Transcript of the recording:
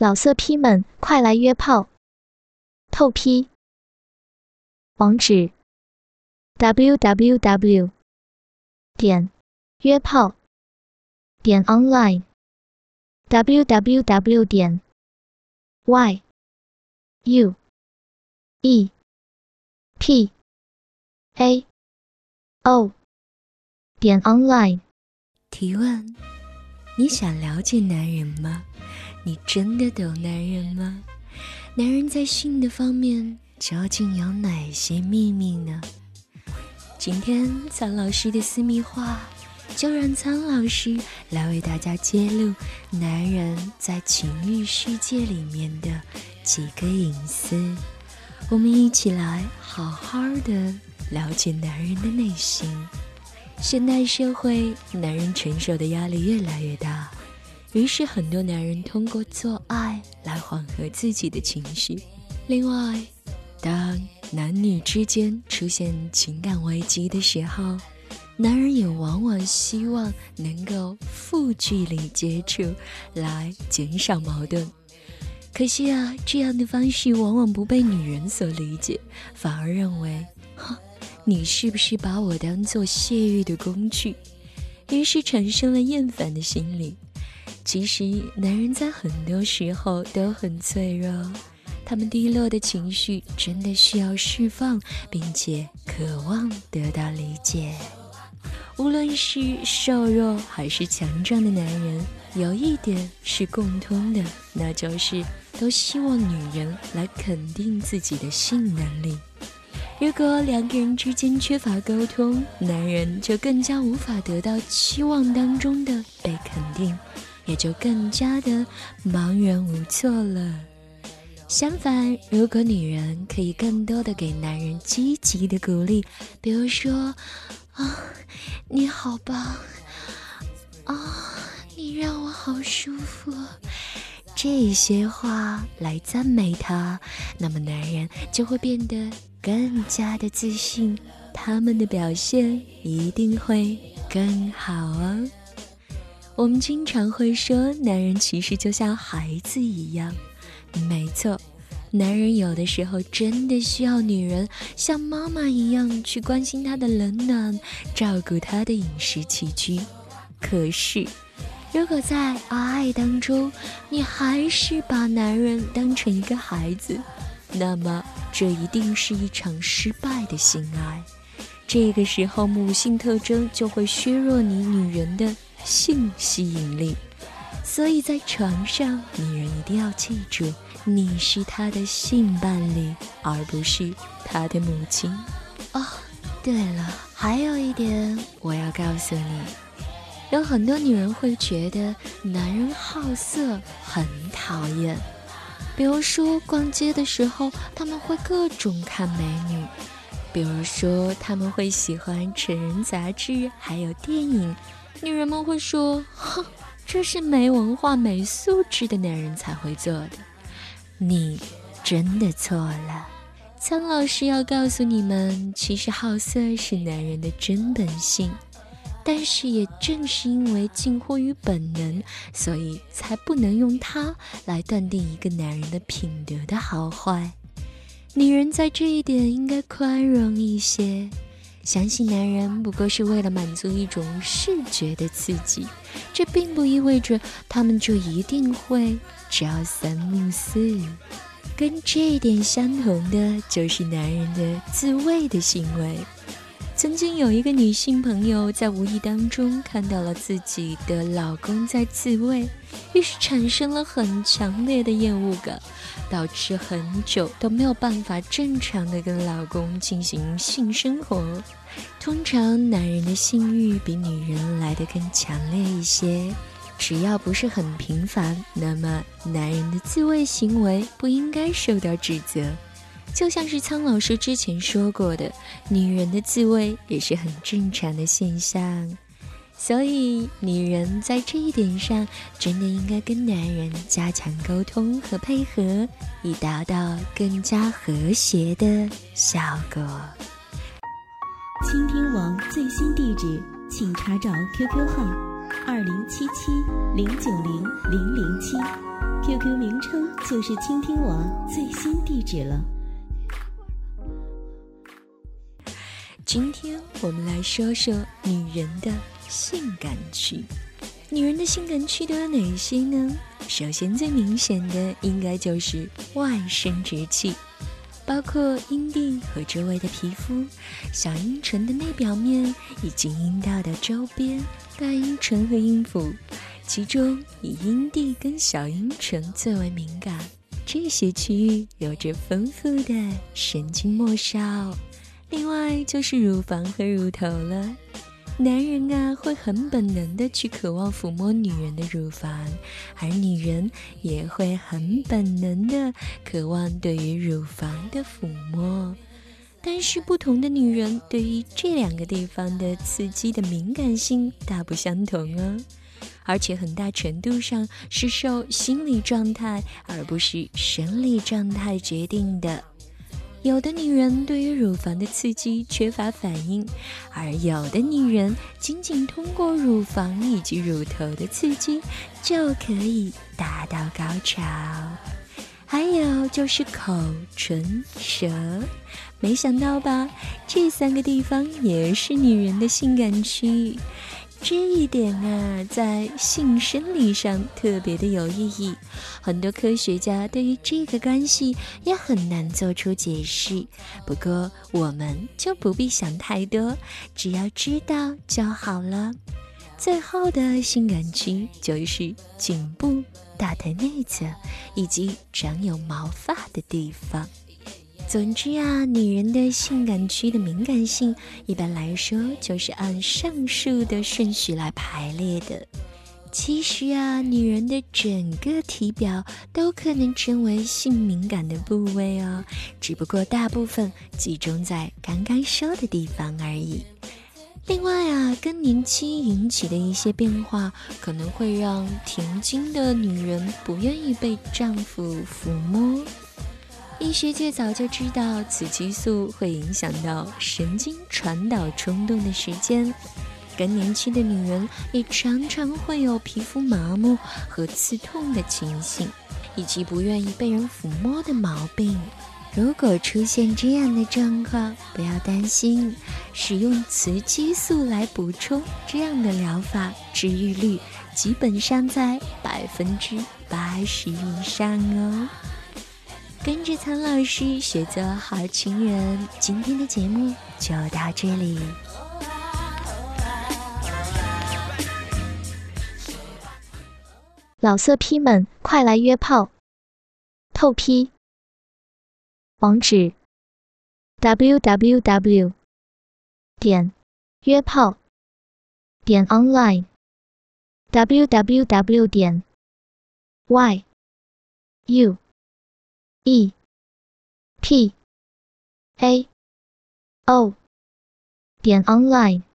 老色批们，快来约炮！透批。网址 www.约炮.online www.yuepao.online。 提问：你想了解男人吗？你真的懂男人吗？男人在性的方面究竟有哪些秘密呢？今天苍老师的私密话，就让苍老师来为大家揭露男人在情欲世界里面的几个隐私。我们一起来好好的了解男人的内心。现代社会，男人承受的压力越来越大，于是很多男人通过做爱来缓和自己的情绪。另外，当男女之间出现情感危机的时候，男人也往往希望能够负距离接触来减少矛盾。可惜啊，这样的方式往往不被女人所理解，反而认为你是不是把我当作泄欲的工具，于是产生了厌烦的心理。其实男人在很多时候都很脆弱，他们低落的情绪真的需要释放，并且渴望得到理解。无论是瘦弱还是强壮的男人，有一点是共通的，那就是都希望女人来肯定自己的性能力。如果两个人之间缺乏沟通，男人就更加无法得到期望当中的被肯定，也就更加的茫然无措了。相反，如果女人可以更多的给男人积极的鼓励，比如说你好棒你让我好舒服，这些话来赞美他，那么男人就会变得更加的自信，他们的表现一定会更好哦。我们经常会说，男人其实就像孩子一样，没错，男人有的时候真的需要女人像妈妈一样去关心他的冷暖，照顾他的饮食起居。可是如果在爱当中，你还是把男人当成一个孩子，那么这一定是一场失败的性爱。这个时候母性特征就会削弱你女人的性吸引力。所以在床上，女人一定要记住，你是她的性伴侣，而不是她的母亲。对了，还有一点我要告诉你，有很多女人会觉得男人好色很讨厌，比如说逛街的时候，他们会各种看美女，比如说他们会喜欢成人杂志还有电影，女人们会说这是没文化没素质的男人才会做的。你真的错了，苍老师要告诉你们，其实好色是男人的真本性，但是也正是因为近乎于本能，所以才不能用它来断定一个男人的品德的好坏。女人在这一点应该宽容一些，相信男人不过是为了满足一种视觉的刺激，这并不意味着他们就一定会朝三暮四。跟这一点相同的就是男人的自慰的行为。曾经有一个女性朋友在无意当中看到了自己的老公在自慰，于是产生了很强烈的厌恶感，导致很久都没有办法正常的跟老公进行性生活。通常男人的性欲比女人来得更强烈一些，只要不是很频繁，那么男人的自慰行为不应该受到指责。就像是苍老师之前说过的，女人的自慰也是很正常的现象。所以女人在这一点上真的应该跟男人加强沟通和配合，以达到更加和谐的效果。 倾听网最新地址，请查找 QQ 号2077090007 QQ 名称就是倾听我最新地址了。 今天我们来说说女人的性感区。女人的性感区都有哪些呢？首先最明显的应该就是外生殖器，包括阴蒂和周围的皮肤、小阴唇的内表面以及阴道的周边、大阴唇和阴府，其中以阴蒂跟小阴唇最为敏感，这些区域有着丰富的神经末梢。另外就是乳房和乳头了，男人啊会很本能的去渴望抚摸女人的乳房，而女人也会很本能的渴望对于乳房的抚摸。但是不同的女人对于这两个地方的刺激的敏感性大不相同哦，而且很大程度上是受心理状态而不是生理状态决定的。有的女人对于乳房的刺激缺乏反应，而有的女人仅仅通过乳房以及乳头的刺激就可以达到高潮。还有就是口、唇、舌，没想到吧？这三个地方也是女人的性感区。这一点啊，在性生理上特别的有意义，很多科学家对于这个关系也很难做出解释。不过我们就不必想太多，只要知道就好了。最后的性感区就是颈部、大腿内侧以及长有毛发的地方。总之啊，女人的性感区的敏感性一般来说就是按上述的顺序来排列的。其实啊，女人的整个体表都可能成为性敏感的部位哦，只不过大部分集中在刚刚说的地方而已。另外啊，更年期引起的一些变化可能会让停经的女人不愿意被丈夫抚摸。医学界早就知道雌激素会影响到神经传导冲动的时间，更年期的女人也常常会有皮肤麻木和刺痛的情形，以及不愿意被人抚摸的毛病。如果出现这样的状况，不要担心，使用雌激素来补充，这样的疗法治愈率基本上在80%以上哦。跟着苍老师学做好情人，今天的节目就到这里。 老色批们，快来约炮！透批。网址 www.约炮.online www.yuepao.online